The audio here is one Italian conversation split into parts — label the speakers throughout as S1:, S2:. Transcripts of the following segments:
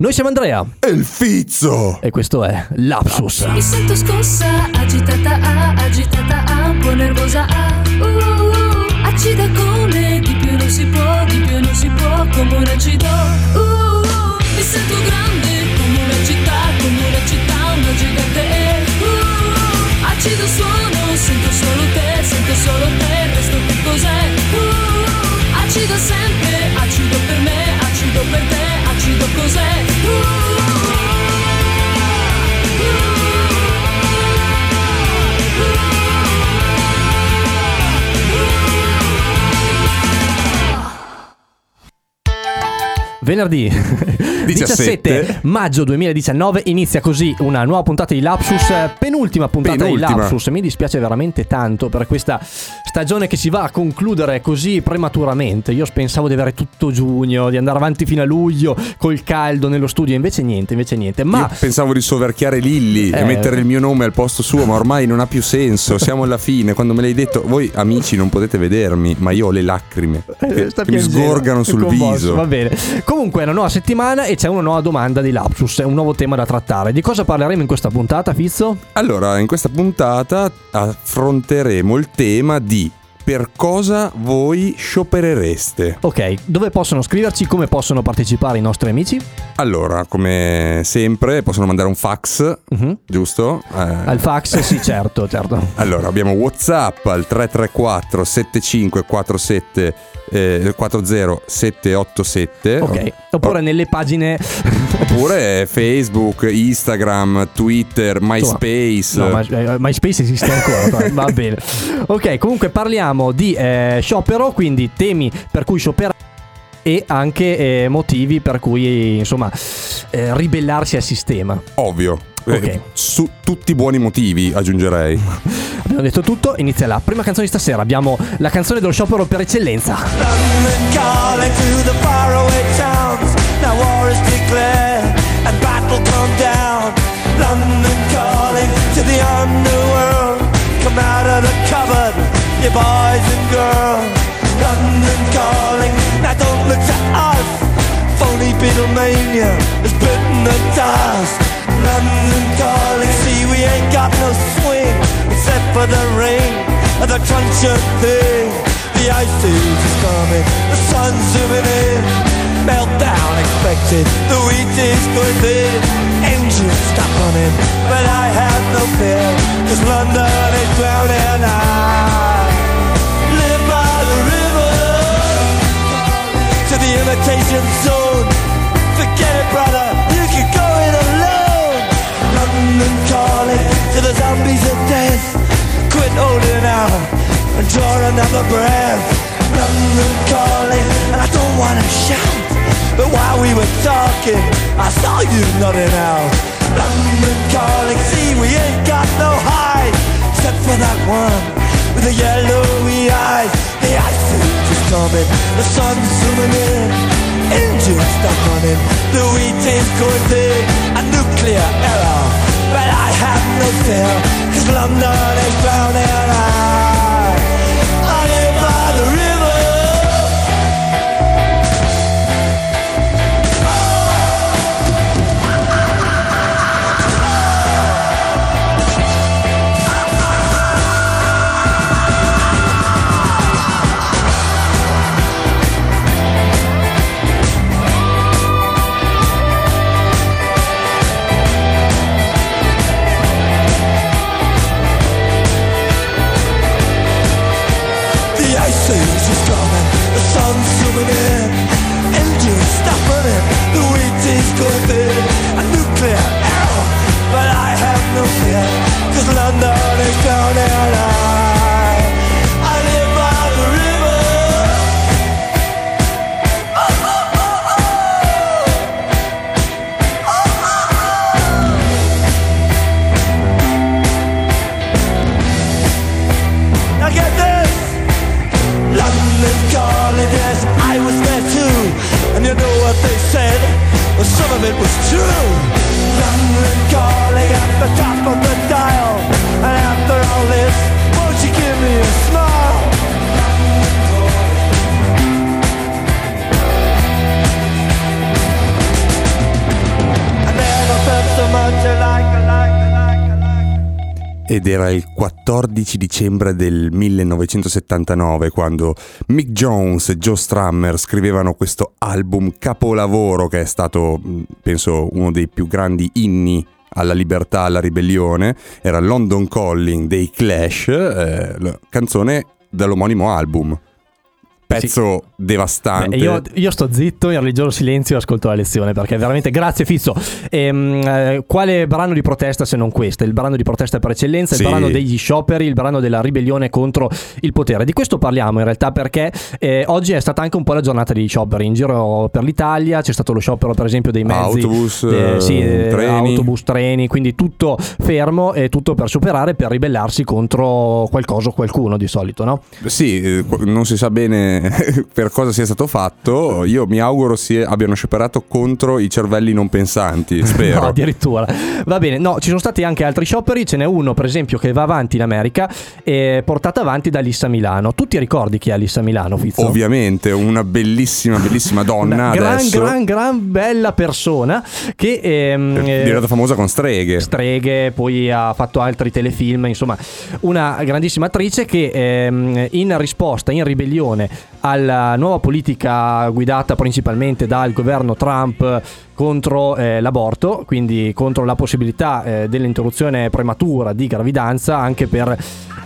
S1: Noi siamo Andrea
S2: e il Fizzo
S1: e questo è Lapsus.
S3: Mi sento scossa, agitata, un po' nervosa, acida come di più non si può, come un acido. Mi sento grande come una città, una gigante. Acido suono, sento solo te, il resto che cos'è? Acido sempre, acido per me, acido per te, acido cos'è?
S1: Venerdì 17 maggio 2019 inizia così una nuova puntata di Lapsus, penultima puntata di Lapsus. Mi dispiace veramente tanto per questa stagione che si va a concludere così prematuramente. Io pensavo di avere tutto giugno, di andare avanti fino a luglio col caldo nello studio, invece niente. Ma
S2: io pensavo di soverchiare Lilli e mettere il mio nome al posto suo, ma ormai non ha più senso. Siamo alla fine. Quando me l'hai detto, voi amici non potete vedermi, ma io ho le lacrime che mi sgorgano sul viso.
S1: Va bene. Comunque è una nuova settimana e c'è una nuova domanda di Lapsus, è un nuovo tema da trattare. Di cosa parleremo in questa puntata, Fizzo?
S2: Allora, in questa puntata affronteremo il tema di per cosa voi scioperereste.
S1: Ok, dove possono scriverci, come possono partecipare i nostri amici?
S2: Allora, come sempre, possono mandare un fax, giusto?
S1: Al fax, sì, certo.
S2: Allora, abbiamo WhatsApp al 334 7547 40787.
S1: Ok, oppure nelle pagine
S2: oppure Facebook, Instagram, Twitter, MySpace.
S1: No, MySpace esiste ancora. Va bene. Ok, comunque parliamo di sciopero, quindi temi per cui scioperare e anche motivi per cui insomma ribellarsi al sistema.
S2: Ovvio.
S1: Okay.
S2: Su tutti buoni motivi, aggiungerei.
S1: Abbiamo detto tutto, inizia la prima canzone di stasera. Abbiamo la canzone dello sciopero per eccellenza.
S4: London calling to the faraway towns. Now war is declared and battle come down. London calling to the underworld. Come out of the cupboard, you boys and girls. London calling, now don't look to us. Phony Beatlemania has bitten the dust. London calling, see we ain't got no swing except for the rain and the crunch of thing. The ice age is coming, the sun's zooming in. Meltdown expected, the wheat is going thin. Engines stop running, but I have no fear, 'cause London is drowning. I live by the river, to the imitation zone. Forget it, brother, you can go it alone. London calling to the zombies of death. Quit holding out and draw another breath. London calling, and I don't wanna shout, but while we were talking, I saw you nodding out. London calling, see we ain't got no hide, except for that one with the yellowy eyes. The ice age is coming, the sun's zooming in. Engines stop running, the wheat is going big. A nuclear error, but I have no fear, 'cause London is drowning. I live by the river.
S2: Ed era il 14 dicembre del 1979 quando Mick Jones e Joe Strummer scrivevano questo album capolavoro che è stato, penso, uno dei più grandi inni alla libertà, alla ribellione. Era London Calling dei Clash, canzone dall'omonimo album. Pezzo devastante.
S1: Io sto zitto in religioso silenzio e ascolto la lezione, perché veramente grazie Fizzo. Quale brano di protesta se non questo? Il brano di protesta per eccellenza, il brano degli scioperi, il brano della ribellione contro il potere. Di questo parliamo in realtà perché oggi è stata anche un po' la giornata degli scioperi in giro per l'Italia. C'è stato lo sciopero per esempio dei mezzi,
S2: treni.
S1: autobus, treni, quindi tutto fermo e tutto per superare, per ribellarsi contro qualcosa o qualcuno di solito, no?
S2: Sì, non si sa bene per cosa sia stato fatto. Io mi auguro abbiano scioperato contro i cervelli non pensanti, spero.
S1: No, addirittura. Va bene, no, ci sono stati anche altri scioperi. Ce n'è uno per esempio che va avanti in America, portata avanti da Alissa Milano. Tu ti ricordi chi è Alissa Milano, Fizzo?
S2: Ovviamente, una bellissima donna.
S1: Gran bella persona che
S2: è diventata famosa con Streghe,
S1: poi ha fatto altri telefilm, insomma una grandissima attrice che in risposta, in ribellione alla nuova politica guidata principalmente dal governo Trump contro l'aborto, quindi contro la possibilità dell'interruzione prematura di gravidanza anche per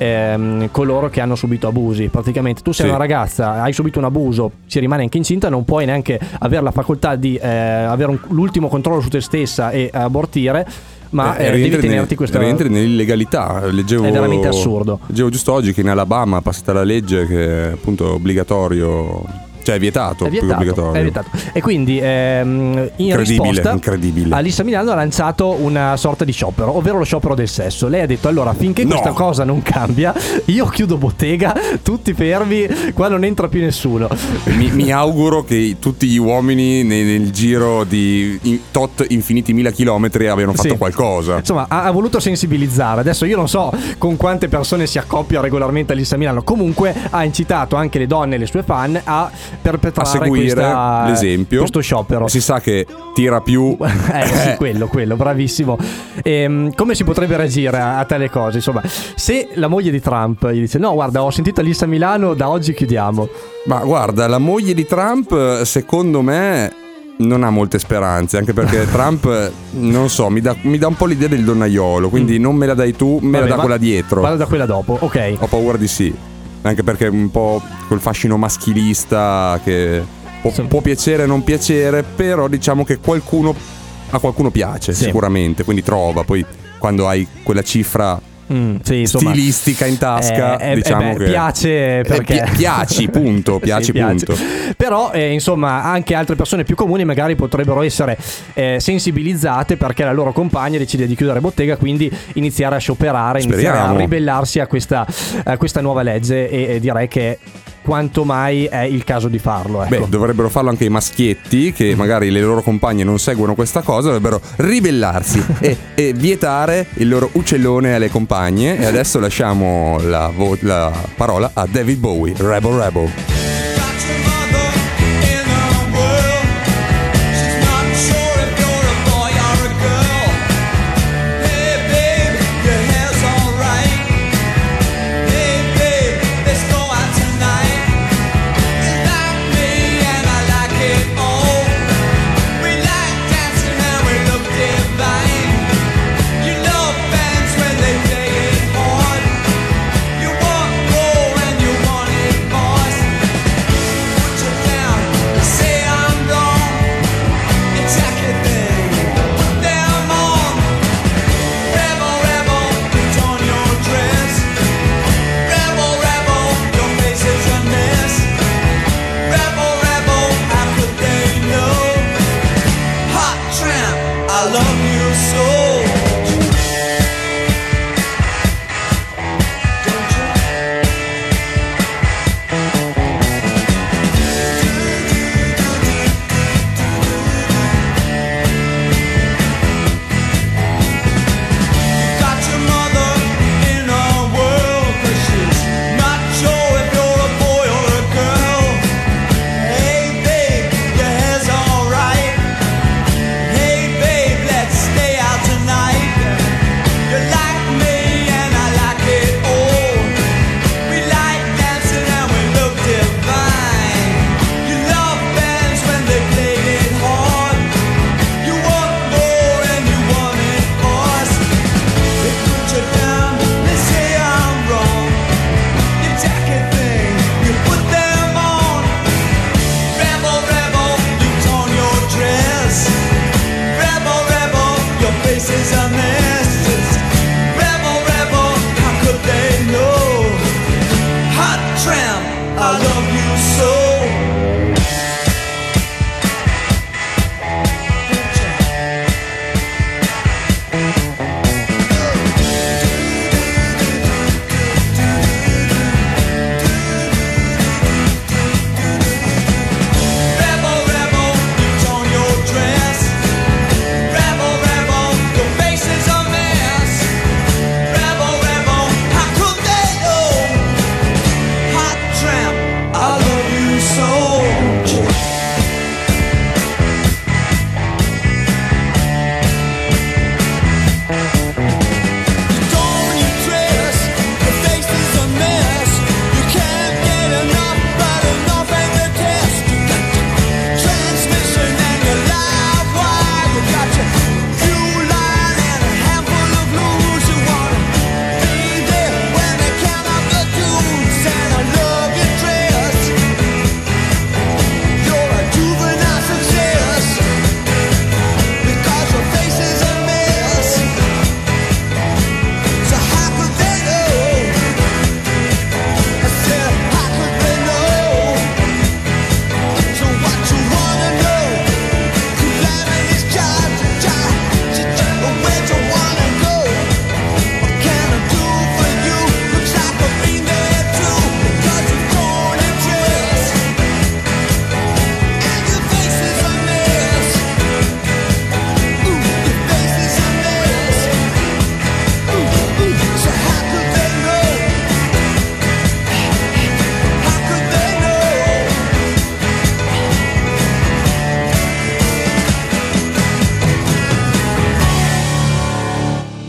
S1: coloro che hanno subito abusi. Praticamente tu sei una ragazza, hai subito un abuso, ci rimane anche incinta, non puoi neanche avere la facoltà di avere l'ultimo controllo su te stessa e abortire, ma devi tenerti questa.
S2: Rientri nell'illegalità. Leggevo,
S1: è veramente assurdo.
S2: Leggevo giusto oggi che in Alabama è passata la legge che appunto è obbligatorio, cioè è vietato. È vietato.
S1: E quindi in risposta
S2: incredibile.
S1: Alissa Milano ha lanciato una sorta di sciopero, ovvero lo sciopero del sesso. Lei ha detto: allora, finché questa cosa non cambia, io chiudo bottega, tutti fermi, qua non entra più nessuno.
S2: Mi auguro che tutti gli uomini nel giro di tot infiniti 1000 chilometri abbiano fatto qualcosa.
S1: Insomma, ha voluto sensibilizzare. Adesso io non so con quante persone si accoppia regolarmente Alissa Milano. Comunque ha incitato anche le donne e le sue fan a perpetrare, a seguire
S2: l'esempio,
S1: questo sciopero.
S2: Si sa che tira più.
S1: Sì, quello, bravissimo. Come si potrebbe reagire a tale cose? Insomma, se la moglie di Trump gli dice: no, guarda, ho sentito Alissa Milano, da oggi chiudiamo.
S2: Ma guarda, la moglie di Trump, secondo me, non ha molte speranze, anche perché Trump, non so, mi dà un po' l'idea del donnaiolo, quindi non me la dai tu, me la dà quella dietro.
S1: Vado da quella dopo, ok.
S2: Ho paura di sì. Anche perché un po' quel fascino maschilista che può piacere o non piacere, però diciamo che a qualcuno piace sicuramente, quindi trova. Poi quando hai quella cifra stilistica in tasca, diciamo che
S1: piace, perché
S2: piaci, punto. Punto.
S1: Però insomma anche altre persone più comuni magari potrebbero essere sensibilizzate perché la loro compagna decide di chiudere bottega, quindi iniziare a scioperare, iniziare a ribellarsi a questa nuova legge, e direi che quanto mai è il caso di farlo, ecco.
S2: Beh, dovrebbero farlo anche i maschietti che magari le loro compagne non seguono questa cosa, dovrebbero ribellarsi e vietare il loro uccellone alle compagne. E adesso lasciamo la parola a David Bowie, Rebel.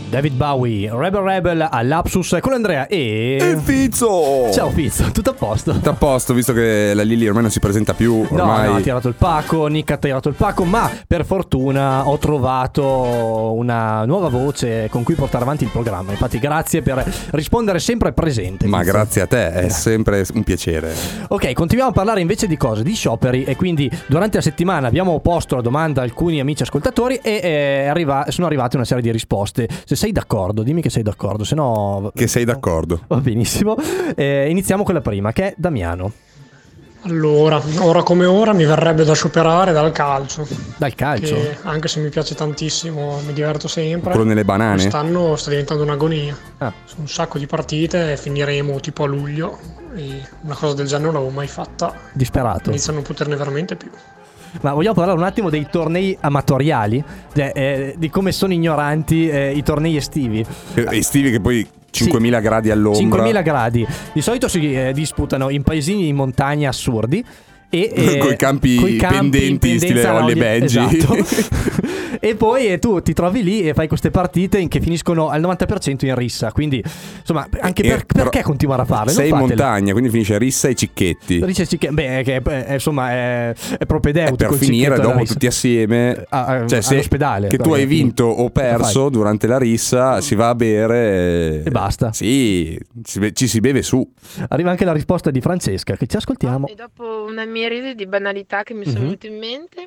S1: David Bowie, Rebel all'Apsus con Andrea e
S2: Fizzo.
S1: Ciao Fizzo, tutto a posto?
S2: Tutto a posto, visto che la Lilli ormai non si presenta più. Ormai...
S1: No, ha tirato il pacco, Nick ha tirato il pacco, ma per fortuna ho trovato una nuova voce con cui portare avanti il programma. Infatti grazie per rispondere sempre presente.
S2: Ma
S1: Fizzo.
S2: grazie a te, è sempre un piacere.
S1: Ok, continuiamo a parlare invece di cose, di scioperi, e quindi durante la settimana abbiamo posto la domanda a alcuni amici ascoltatori e sono arrivate una serie di risposte. Se sei d'accordo, dimmi che sei d'accordo, se no...
S2: Che sei d'accordo.
S1: Va benissimo. Iniziamo con la prima, che è Damiano.
S5: Allora, ora come ora mi verrebbe da scioperare dal calcio.
S1: Dal calcio?
S5: Che, anche se mi piace tantissimo, mi diverto sempre.
S2: Quello nelle banane?
S5: Quest'anno sta diventando un'agonia.
S1: Ah.
S5: Sono un sacco di partite e finiremo tipo a luglio. E una cosa del genere non l'avevo mai fatta.
S1: Disperato.
S5: Inizio a non poterne veramente più.
S1: Ma vogliamo parlare un attimo dei tornei amatoriali? Di come sono ignoranti i tornei estivi.
S2: Estivi che poi 5.000 gradi all'ombra.
S1: 5.000 gradi. Di solito si disputano in paesini in montagna assurdi.
S2: Coi campi pendenti stile Holly Benji.
S1: Esatto. E poi tu ti trovi lì e fai queste partite che finiscono al 90% in rissa. Quindi insomma, anche perché continuare a farle?
S2: Sei in montagna, quindi finisce rissa e cicchetti.
S1: Insomma è propedeutico.
S2: Per finire dopo tutti assieme
S1: all'ospedale.
S2: Che tu hai vinto o perso durante la rissa, si va a bere
S1: e basta.
S2: Sì, ci si beve su.
S1: Arriva anche la risposta di Francesca, che ci ascoltiamo.
S6: E dopo una miriade di banalità che mi sono venute in mente,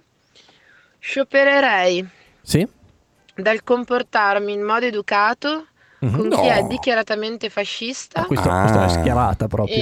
S6: sciopererei dal comportarmi in modo educato con chi è dichiaratamente fascista.
S1: Questa è schierata proprio.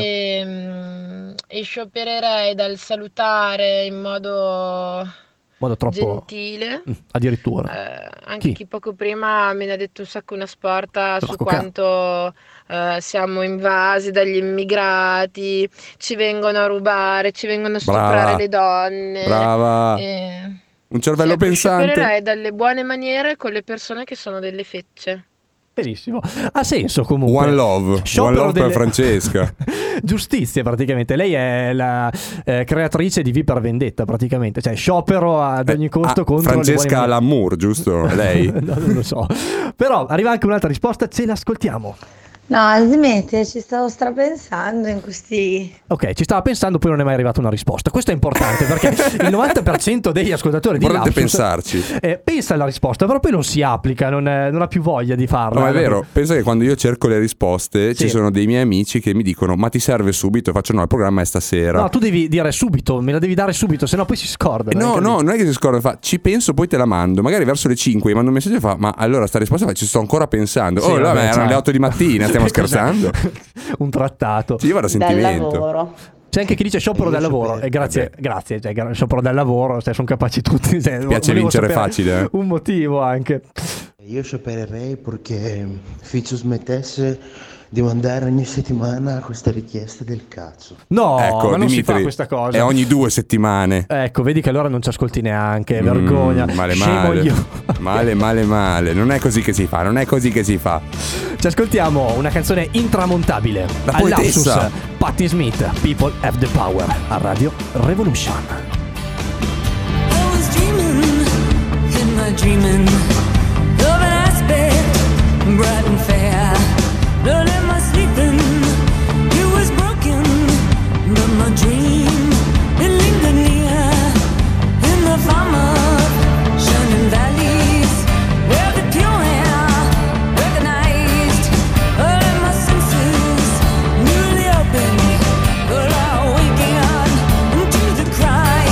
S6: E sciopererei dal salutare in modo troppo gentile.
S1: Addirittura.
S6: Anche chi poco prima me ne ha detto un sacco una sporta su quanto siamo invasi dagli immigrati, ci vengono a rubare, ci vengono a stuprare le donne.
S2: Brava. Un cervello pensante.
S6: Sciopererei dalle buone maniere con le persone che sono delle fecce.
S1: Benissimo, ha senso comunque.
S2: One love per Francesca.
S1: Giustizia praticamente. Lei è la creatrice di V per Vendetta praticamente. Cioè sciopero ad ogni costo contro
S2: Francesca Lamour, giusto? Lei?
S1: No, non lo so. Però arriva anche un'altra risposta, ce l'ascoltiamo.
S7: No, smetti, ci stavo strapensando in questi...
S1: Ok, ci stava pensando, poi non è mai arrivata una risposta. Questo è importante perché il 90% degli ascoltatori di Lapsus
S2: pensarci.
S1: Pensa alla risposta, però poi non si applica, non ha più voglia di farla.
S2: No, è vero, pensa che quando io cerco le risposte ci sono dei miei amici che mi dicono ma ti serve subito? Faccio no, il programma è stasera.
S1: No, tu devi dire subito, me la devi dare subito, sennò poi si scorda.
S2: No, non è che si scorda, fa ci penso poi te la mando, magari verso le 5 mi mando un messaggio e fa ma allora sta risposta ci sto ancora pensando. Erano le 8 di mattina, stiamo scherzando.
S1: Un trattato.
S2: Ci va da sentimento.
S1: C'è anche chi dice sciopero del lavoro e grazie, cioè, sciopero del lavoro, sono capaci tutti.
S2: Piace vincere facile.
S1: Un motivo anche.
S8: Io sciopererei perché Fizzo smettesse di mandare ogni settimana questa richiesta del cazzo.
S1: No,
S2: ecco,
S1: ma non
S2: Dimitri,
S1: si fa questa cosa.
S2: È ogni 2 settimane.
S1: Ecco, vedi che allora non ci ascolti neanche. Vergogna.
S2: Male. Non è così che si fa.
S1: Ci ascoltiamo una canzone intramontabile.
S2: La poetessa
S1: Patti Smith, People Have the Power, a Radio Revolution.
S3: I was dreaming, in my dreaming, of an aspect bright and fair. Not in my sleeping, it was broken, but my dream, it lingered near, in the farm of shining valleys, where the pure air recognized all of my senses, newly open, but I waking up into the cry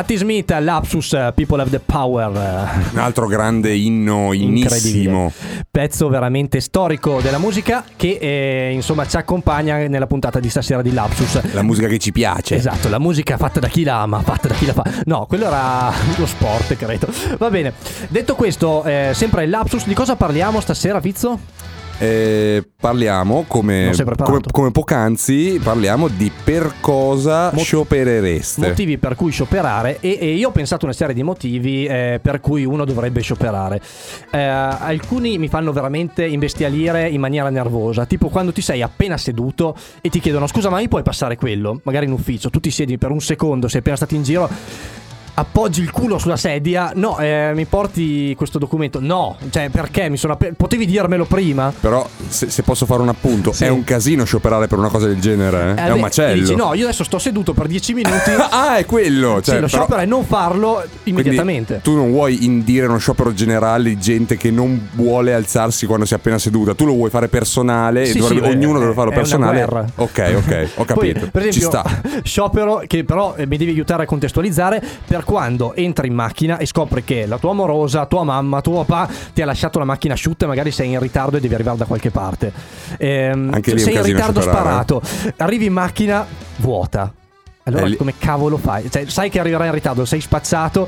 S1: Patti Smith, Lapsus, People Have the Power.
S2: Un altro grande inno, innissimo.
S1: Pezzo veramente storico della musica che insomma ci accompagna nella puntata di stasera di Lapsus.
S2: La musica che ci piace.
S1: Esatto, la musica fatta da chi la ama, fatta da chi la fa. No, quello era lo sport, credo. Va bene. Detto questo, sempre il Lapsus, di cosa parliamo stasera, Fizzo?
S2: Parliamo come poc'anzi parliamo di per cosa scioperereste.
S1: Motivi per cui scioperare e io ho pensato una serie di motivi per cui uno dovrebbe scioperare. Alcuni mi fanno veramente imbestialire in maniera nervosa, tipo quando ti sei appena seduto e ti chiedono scusa ma mi puoi passare quello? Magari in ufficio, tu ti siedi per un secondo, sei appena stato in giro, appoggi il culo sulla sedia. No, mi porti questo documento? No, cioè perché potevi dirmelo prima?
S2: Però se posso fare un appunto, sì. È un casino scioperare per una cosa del genere, è un macello.
S1: Dici no, io adesso sto seduto per 10 minuti.
S2: Ah, è quello,
S1: cioè, sì, lo sciopero è non farlo immediatamente.
S2: Tu non vuoi indire uno sciopero generale di gente che non vuole alzarsi quando si è appena seduta. Tu lo vuoi fare personale, sì, ognuno deve farlo personale. Ok, ho capito.
S1: Poi, per esempio,
S2: ci sta.
S1: Sciopero che però mi devi aiutare a contestualizzare per quando entri in macchina e scopri che la tua amorosa, tua mamma, tuo papà ti ha lasciato la macchina asciutta e magari sei in ritardo e devi arrivare da qualche parte.
S2: Anche lì
S1: sei in ritardo
S2: scioperare.
S1: Sparato, arrivi in macchina vuota. Allora come cavolo fai? Cioè, sai che arriverai in ritardo, sei spacciato.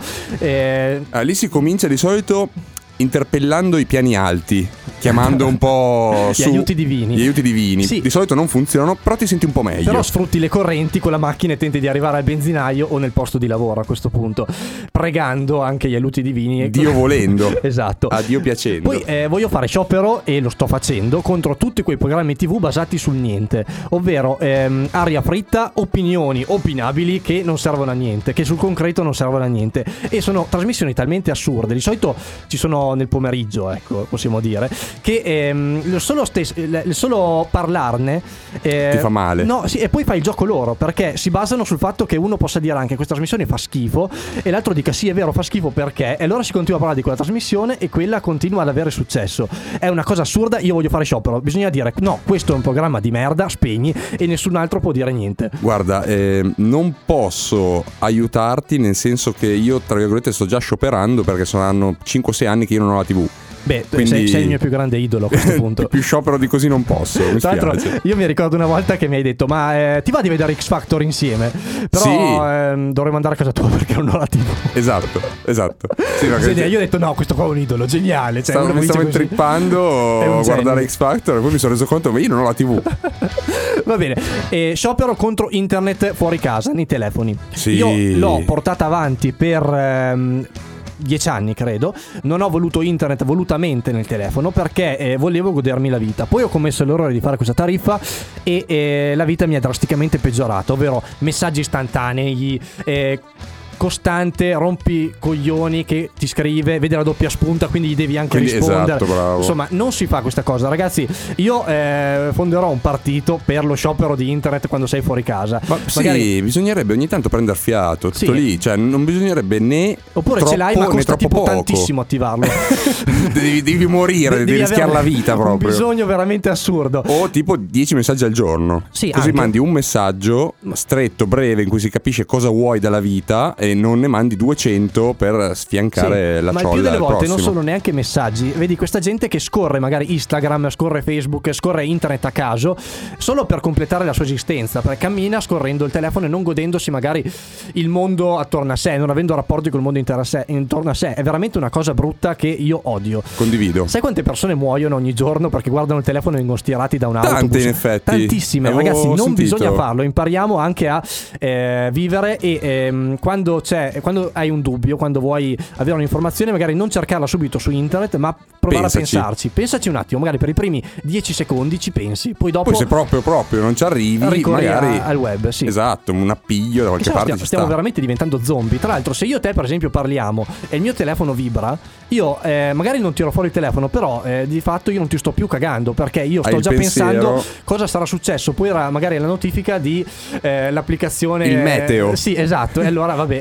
S2: Lì si comincia di solito interpellando i piani alti, chiamando un po'
S1: gli aiuti divini.
S2: Sì. Di solito non funzionano, però ti senti un po' meglio.
S1: Però sfrutti le correnti con la macchina e tenti di arrivare al benzinaio o nel posto di lavoro a questo punto, pregando anche gli aiuti divini.
S2: Dio volendo.
S1: Esatto.
S2: A Dio piacendo.
S1: Poi voglio fare sciopero, e lo sto facendo, contro tutti quei programmi TV basati sul niente, ovvero aria fritta, opinioni opinabili che non servono a niente, che sul concreto non servono a niente, e sono trasmissioni talmente assurde. Di solito ci sono nel pomeriggio, ecco, possiamo dire che solo parlarne
S2: ti fa male.
S1: No, sì, e poi fa il gioco loro, perché si basano sul fatto che uno possa dire anche questa trasmissione fa schifo e l'altro dica sì è vero fa schifo perché, e allora si continua a parlare di quella trasmissione e quella continua ad avere successo. È una cosa assurda. Io voglio fare sciopero, bisogna dire no, questo è un programma di merda, spegni, e nessun altro può dire niente.
S2: Guarda, non posso aiutarti, nel senso che io tra virgolette sto già scioperando perché saranno 5-6 anni che io non ho la TV.
S1: Beh, quindi sei il mio più grande idolo a questo punto.
S2: Più sciopero di così non posso.
S1: Tra l'altro, io mi ricordo una volta che mi hai detto ma ti va di vedere X Factor insieme? Però
S2: sì.
S1: Dovremmo andare a casa tua perché non ho la TV.
S2: Esatto. Sì,
S1: io ho detto no, questo qua è un idolo geniale, cioè,
S2: mi stavo intrippando a guardare X Factor e poi mi sono reso conto che io non ho la TV.
S1: Va bene. Sciopero contro internet fuori casa, nei telefoni.
S2: Sì.
S1: Io l'ho portata avanti per 10 anni credo. Non ho voluto internet volutamente nel telefono perché volevo godermi la vita. Poi ho commesso l'errore di fare questa tariffa e la vita mi è drasticamente peggiorata, ovvero messaggi istantanei, costante rompicoglioni che ti scrive, vede la doppia spunta, quindi gli devi anche rispondere.
S2: Esatto, bravo.
S1: Insomma, non si fa questa cosa, ragazzi. Io fonderò un partito per lo sciopero di internet quando sei fuori casa.
S2: Ma magari sì, bisognerebbe ogni tanto prendere fiato, tutto lì, cioè non bisognerebbe né
S1: oppure
S2: troppo,
S1: ce l'hai ma costa tipo
S2: poco.
S1: Tantissimo attivarlo.
S2: devi morire, devi rischiare la vita proprio.
S1: Un bisogno veramente assurdo.
S2: O tipo 10 messaggi al giorno.
S1: Sì,
S2: così
S1: anche.
S2: Mandi un messaggio stretto, breve, in cui si capisce cosa vuoi dalla vita e non ne mandi 200 per sfiancare la ciolla.
S1: Ma il più delle volte
S2: prossimo.
S1: non sono neanche messaggi. Vedi questa gente che scorre magari Instagram, scorre Facebook, scorre internet a caso solo per completare la sua esistenza, perché cammina scorrendo il telefono e non godendosi magari il mondo attorno a sé, non avendo rapporti col mondo intorno a sé. È veramente una cosa brutta che io odio.
S2: Condivido.
S1: Sai quante persone muoiono ogni giorno perché guardano il telefono e vengono stirati da un autobus?
S2: Tante, in effetti.
S1: Tantissime. Ragazzi, non bisogna farlo. Impariamo anche a vivere e quando hai un dubbio, quando vuoi avere un'informazione, magari non cercarla subito su internet, ma provare a pensarci. Pensaci un attimo, magari per i primi 10 secondi ci pensi, poi dopo
S2: se proprio non ci arrivi,
S1: ricorri
S2: magari
S1: al web. Sì.
S2: Esatto, un appiglio da qualche parte.
S1: Stiamo veramente diventando zombie. Tra l'altro, se io e te per esempio parliamo e il mio telefono vibra, io magari non tiro fuori il telefono, però di fatto io non ti sto più cagando perché io sto già pensando cosa sarà successo. Poi era magari la notifica di l'applicazione
S2: il meteo.
S1: Sì, esatto. E allora vabbè,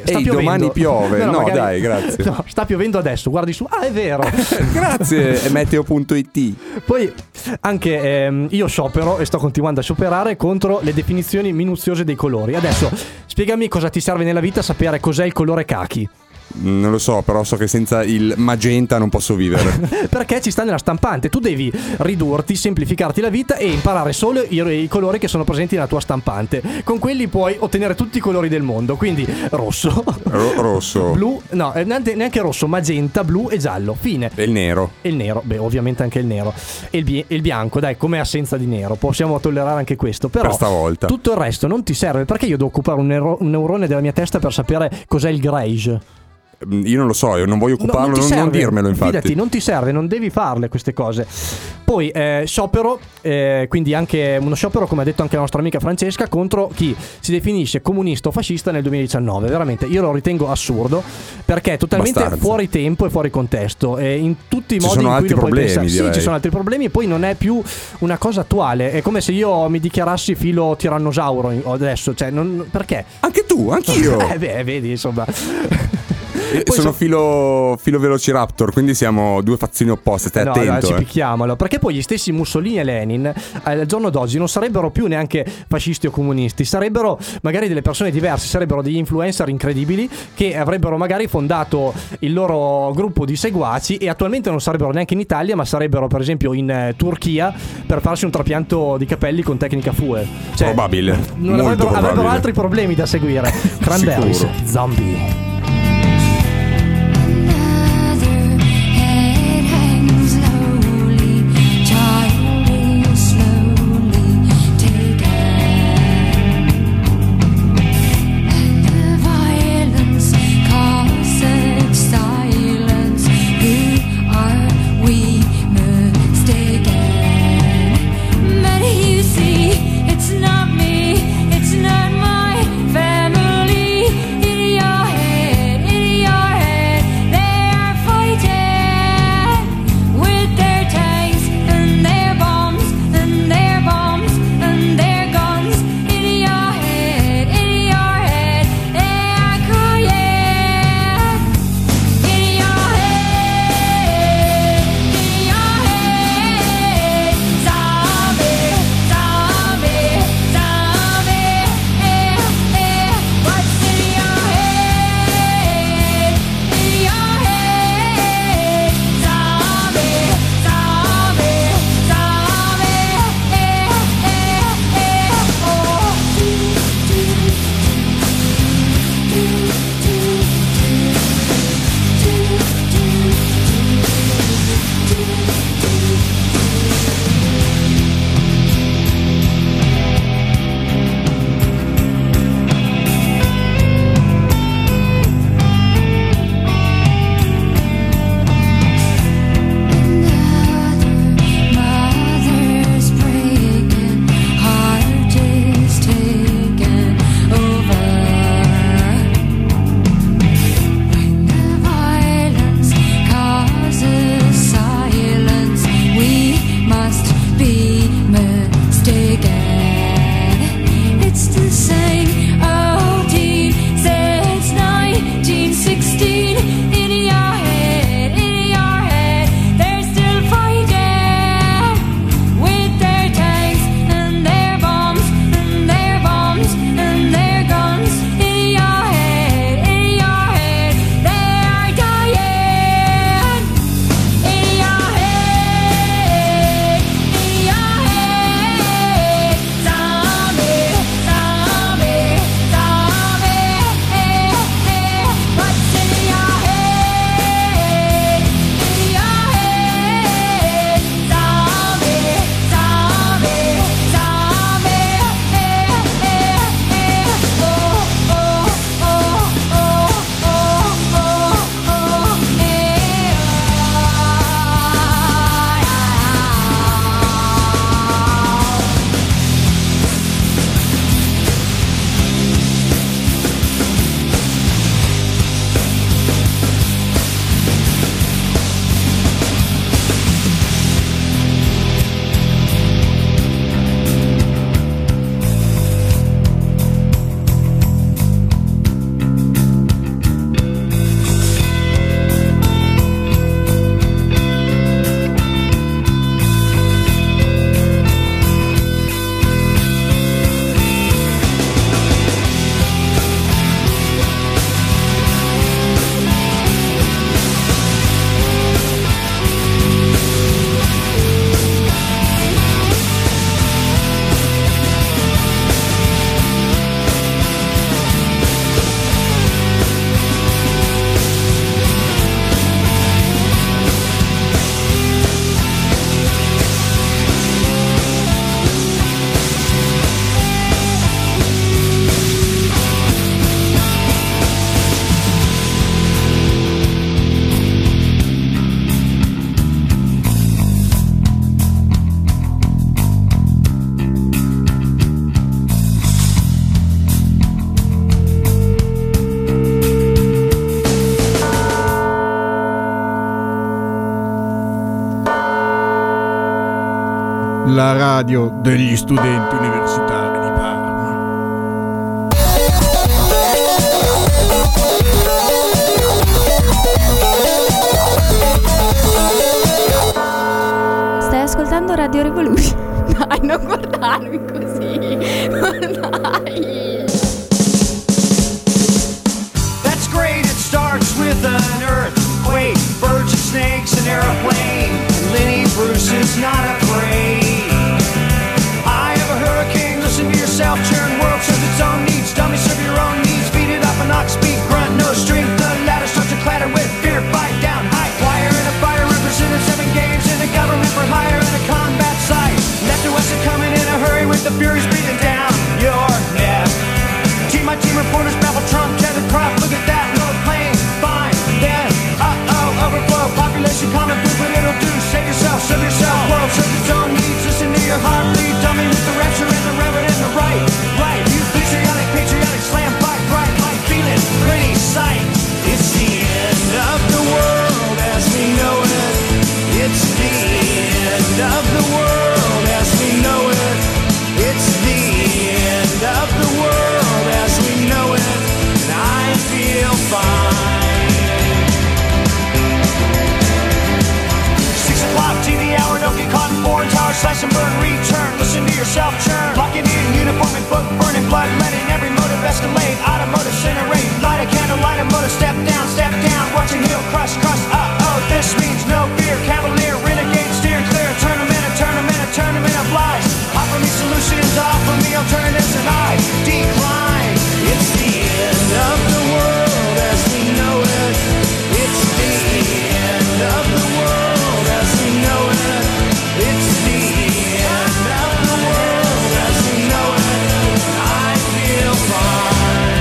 S1: sta piovendo.
S2: Domani piove. No, magari... dai, grazie.
S1: No, sta piovendo adesso, guardi su. Ah, è vero.
S2: Grazie, è meteo.it.
S1: Poi anche io sciopero e sto continuando a scioperare contro le definizioni minuziose dei colori. Adesso spiegami cosa ti serve nella vita sapere cos'è il colore khaki.
S2: Non lo so, però so che senza il magenta non posso vivere.
S1: Perché ci sta nella stampante. Tu devi ridurti, semplificarti la vita e imparare solo i colori che sono presenti nella tua stampante. Con quelli puoi ottenere tutti i colori del mondo. Quindi rosso,
S2: rosso,
S1: blu, no, neanche rosso, magenta, blu e giallo. Fine.
S2: E il nero.
S1: E il nero, beh, ovviamente anche il nero. E il bianco, dai, come assenza di nero. Possiamo tollerare anche questo. Però
S2: per stavolta
S1: tutto il resto non ti serve. Perché io devo occupare un neurone della mia testa per sapere cos'è il greige?
S2: Io non lo so, io non voglio occuparlo, non dirmelo infatti.
S1: Fidati, non ti serve, non devi farle queste cose. Poi sciopero, quindi anche uno sciopero, come ha detto anche la nostra amica Francesca, contro chi si definisce comunista o fascista nel 2019. Veramente, io lo ritengo assurdo, perché è totalmente fuori tempo e fuori contesto, in tutti i modi in cui lo puoi pensare. Sì, ci sono altri problemi e poi non è più una cosa attuale. È come se io mi dichiarassi filo tirannosauro adesso, cioè perché?
S2: Anche tu, anch'io.
S1: Vedi, insomma.
S2: Sono filo Velociraptor, quindi siamo due fazioni opposte. Stai attento.
S1: No, ci picchiamo, perché poi gli stessi Mussolini e Lenin al giorno d'oggi non sarebbero più neanche fascisti o comunisti, sarebbero magari delle persone diverse, sarebbero degli influencer incredibili che avrebbero magari fondato il loro gruppo di seguaci e attualmente non sarebbero neanche in Italia, ma sarebbero per esempio in Turchia per farsi un trapianto di capelli con tecnica FUE. Cioè,
S2: probabile.
S1: Avrebbero altri problemi da seguire. Cranberries, Zombie.
S3: It's not my family in your head.
S9: la radio degli studenti universitari di Parma.
S10: Stai ascoltando Radio Revolution? Dai, non guardarmi così. Dai.
S4: That's great, it starts with an earthquake, birds and snakes, an airplane, and Lenny Bruce is not afraid. I have a hurricane, listen to yourself, churn, world serves its own needs, dummy serve your own needs, beat it up an ox, speak, grunt, no strength, the ladder starts to clatter with fear, fight down, high wire in a fire, represented 7 games in the government for hire in a combat site, left to west are coming in a hurry with the furies breathing down your neck. Team my team reporters baffle Trump, Kevin Crop, look at that, no plane, fine, then, overflow, population common food, but it'll do, save yourself, serve yourself, world serves its own needs, listen to your heartbeat, dummy with the rapture and the reverend and the right, you patriotic, slam, fight, bright, light, feeling, pretty sight, it's the end of the world as we know it, it's the end of the world as we know it, it's the end of the world as we know it, and I feel fine. 6 o'clock, TV hour, don't get caught in foreign towers, slash and burn, return, listen to yourself churn, locking in, uniform and book, burning blood, letting every motive escalate, automotive incinerate, light a candle, light a motor, step down, watching heel crush, this means no fear, cavalier, renegade, steer clear, tournament of lies, offer me solutions, offer me alternatives, and I decline, it's the end of the world as we know it, it's the end of the world as we know it, it's the end of the world as we know it, I feel fine.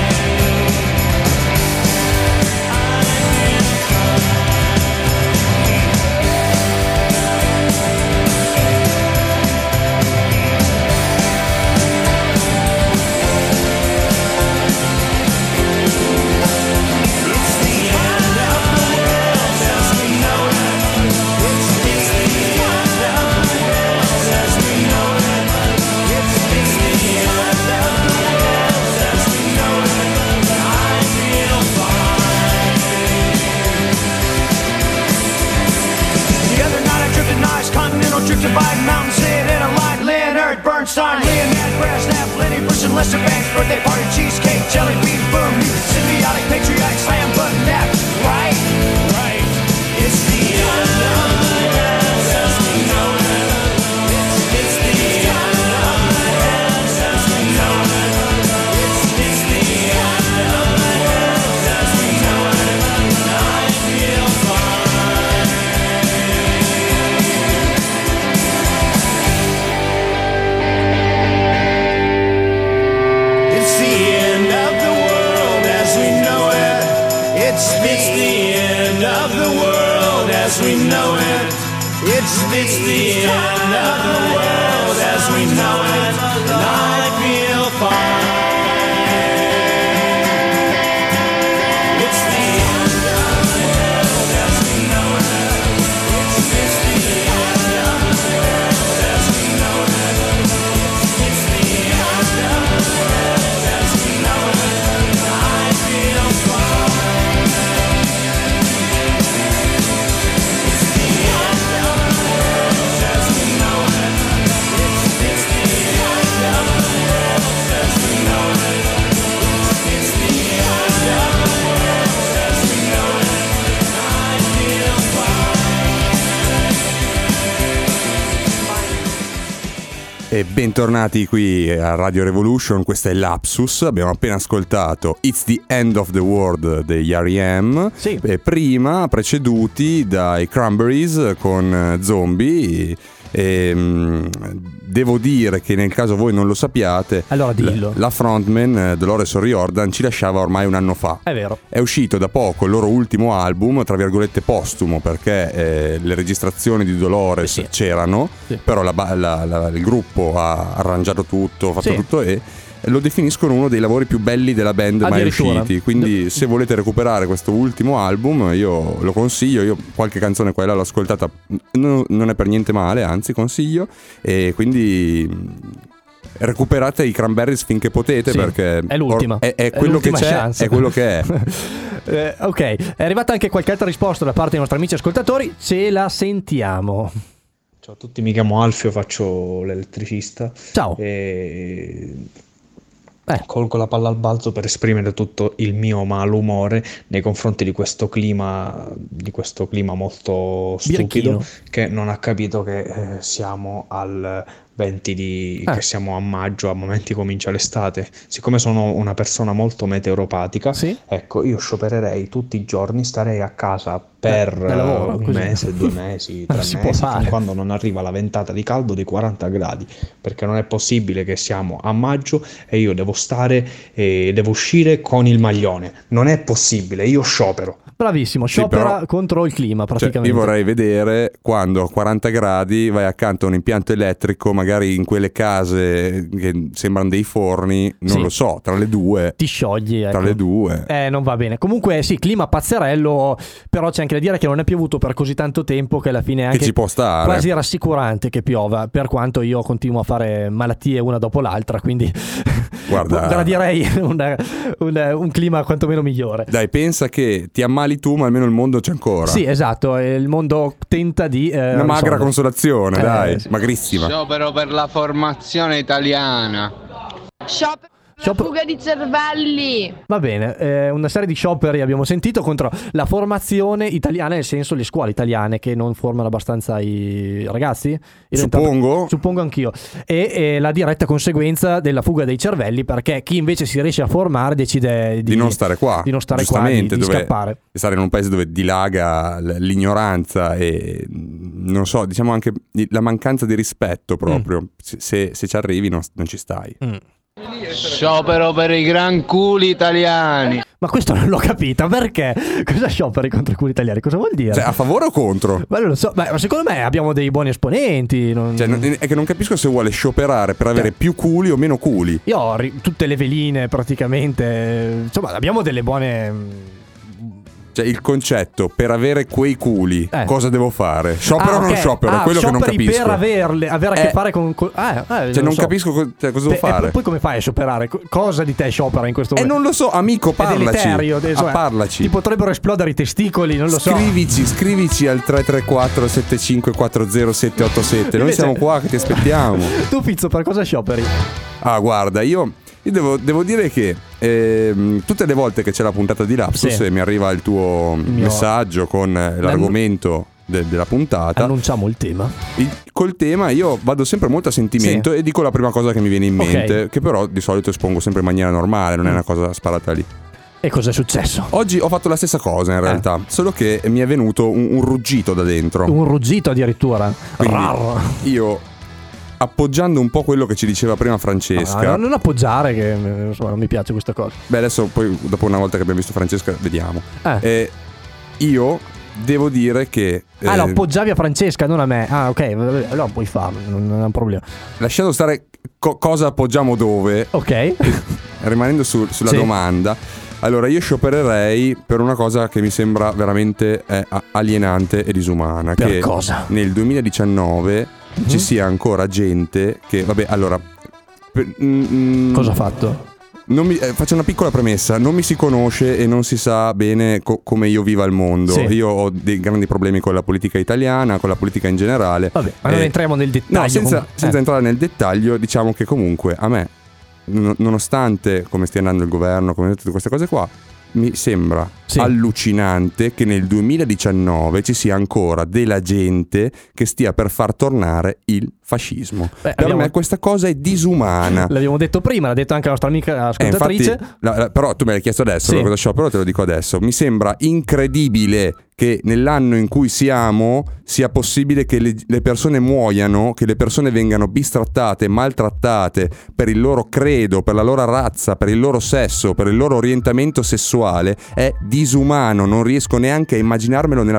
S4: Drifted by mountains, sit in a line, Leonard Bernstein, Leonard Brasnap, Lenny Bruce and Lester Banks, birthday party, cheesecake, jelly bean, boom, symbiotic, patriotic, slam button, nap, right, it's the end of the world as we know it, it's the end of the world as we know it, it's the end of the world as we know it, I feel fine. It's the end of the world as we know it. It's the end of the world as we know it. It's the end of the world as we know it. And I feel fine. It's the end of the world as we know it. It's the end of the world as we know it. It's the end of the world as we know it. And I feel fine. It's the end of the world as we know it. It's the end of the world as we know it. It's the end of the world as we know it. And I feel fine.
S2: E bentornati qui a Radio Revolution, questa è Lapsus, abbiamo appena ascoltato It's the End of the World degli R.E.M.
S1: Sì.
S2: E prima preceduti dai Cranberries con Zombie. E, devo dire che nel caso voi non lo sappiate,
S1: allora dillo.
S2: La frontman Dolores O'Riordan ci lasciava ormai un anno fa.
S1: È vero.
S2: È uscito da poco il loro ultimo album, tra virgolette postumo, perché le registrazioni di Dolores c'erano, però il gruppo ha arrangiato tutto, fatto tutto, e lo definiscono uno dei lavori più belli della band mai usciti. Quindi se volete recuperare questo ultimo album, io lo consiglio. Io qualche canzone qua e là l'ho ascoltata, non è per niente male, anzi consiglio. E quindi recuperate i Cranberries finché potete, perché
S1: è l'ultima,
S2: è quello che c'è, chance. È quello che è.
S1: Ok, è arrivata anche qualche altra risposta da parte dei nostri amici ascoltatori, ce la sentiamo.
S11: Ciao a tutti, mi chiamo Alfio, faccio l'elettricista.
S1: Ciao.
S11: Colgo la palla al balzo per esprimere tutto il mio malumore nei confronti di questo clima molto stupido, che non ha capito che siamo al 20 che siamo a maggio, a momenti comincia l'estate. Siccome sono una persona molto meteoropatica, ecco, io sciopererei tutti i giorni, starei a casa per
S1: lavoro,
S11: un mese, 2 mesi, 3 mesi, fin quando non arriva la ventata di caldo di 40 gradi, perché non è possibile che siamo a maggio e io devo stare e devo uscire con il maglione. Non è possibile, io sciopero.
S1: Bravissimo, sciopera però, contro il clima praticamente.
S2: Io vorrei vedere quando a 40 gradi vai accanto a un impianto elettrico, magari in quelle case che sembrano dei forni, non lo so, tra le due.
S1: Ti sciogli,
S2: tra le due.
S1: Non va bene. Comunque sì, clima pazzerello, però c'è anche da dire che non è piovuto per così tanto tempo che alla fine è anche
S2: che ci può stare.
S1: Quasi rassicurante che piova, per quanto io continuo a fare malattie una dopo l'altra, quindi
S2: guarda,
S1: gradirei un clima quantomeno migliore.
S2: Dai, pensa che ti ammali tu, ma almeno il mondo c'è ancora.
S1: Sì, esatto, il mondo tenta di
S2: una magra consolazione, dai, magrissima.
S12: Sciopero per la formazione italiana.
S6: Sciopero per la fuga di cervelli.
S1: Va bene, una serie di scioperi abbiamo sentito contro la formazione italiana, nel senso le scuole italiane che non formano abbastanza i ragazzi. Suppongo anch'io. E la diretta conseguenza della fuga dei cervelli, perché chi invece si riesce a formare decide di non stare qua. Di scappare.
S2: Di stare in un paese dove dilaga l'ignoranza e non so, diciamo anche la mancanza di rispetto proprio. Se ci arrivi non ci stai.
S12: Sciopero per i gran culi italiani.
S1: Ma questo non l'ho capita, perché? Cosa scioperi contro i culi italiani? Cosa vuol dire?
S2: Cioè, a favore o contro?
S1: Ma non lo so, ma secondo me abbiamo dei buoni esponenti.
S2: È che non capisco se vuole scioperare per avere più culi o meno culi.
S1: Io ho tutte le veline praticamente. Insomma, abbiamo delle buone.
S2: Cioè, il concetto, per avere quei culi, cosa devo fare? Sciopero o non sciopero? È quello che non capisco.
S1: Per avere a che fare con
S2: cioè, non capisco cosa devo fare.
S1: Poi come fai a scioperare? Cosa di te sciopera in questo momento?
S2: Non lo so, amico, parlaci. Parlaci.
S1: Ti potrebbero esplodere i testicoli, non lo so.
S2: Scrivici al 334 7540 787. Noi siamo qua che ti aspettiamo.
S1: Tu, Pizzo, per cosa scioperi?
S2: Guarda, io devo dire che tutte le volte che c'è la puntata di Lapsus e mi arriva il tuo messaggio con l'argomento della puntata,
S1: annunciamo il tema.
S2: Col tema io vado sempre molto a sentimento e dico la prima cosa che mi viene in mente, che però di solito espongo sempre in maniera normale, non è una cosa sparata lì.
S1: E cosa è successo?
S2: Oggi ho fatto la stessa cosa in realtà, solo che mi è venuto un ruggito da dentro.
S1: Un ruggito addirittura?
S2: Quindi io, appoggiando un po' quello che ci diceva prima Francesca.
S1: Non appoggiare, che insomma non mi piace questa cosa.
S2: Beh, adesso poi dopo una volta che abbiamo visto Francesca vediamo. Io devo dire che
S1: lo appoggiavi a Francesca, non a me. Ok, allora puoi farlo, non è un problema.
S2: Lasciando stare cosa appoggiamo dove.
S1: Ok.
S2: Rimanendo sulla domanda. Allora, io sciopererei per una cosa che mi sembra veramente alienante e disumana.
S1: Per cosa?
S2: Nel 2019 ci sia ancora gente che, vabbè, allora
S1: cosa ha fatto?
S2: Faccio una piccola premessa: non mi si conosce e non si sa bene come io viva il mondo. Io ho dei grandi problemi con la politica italiana, con la politica in generale.
S1: Vabbè, ma non entriamo nel dettaglio.
S2: No, senza entrare nel dettaglio, diciamo che comunque a me, nonostante come stia andando il governo, come tutte queste cose qua, mi sembra allucinante che nel 2019 ci sia ancora della gente che stia per far tornare il fascismo. Per me questa cosa è disumana.
S1: L'abbiamo detto prima, l'ha detto anche la nostra amica ascoltatrice.
S2: Però tu me l'hai chiesto adesso, cosa sciopero, te lo dico adesso. Mi sembra incredibile che nell'anno in cui siamo sia possibile che le persone muoiano, che le persone vengano bistrattate, maltrattate per il loro credo, per la loro razza, per il loro sesso, per il loro orientamento sessuale. È disumano, non riesco neanche a immaginarmelo nella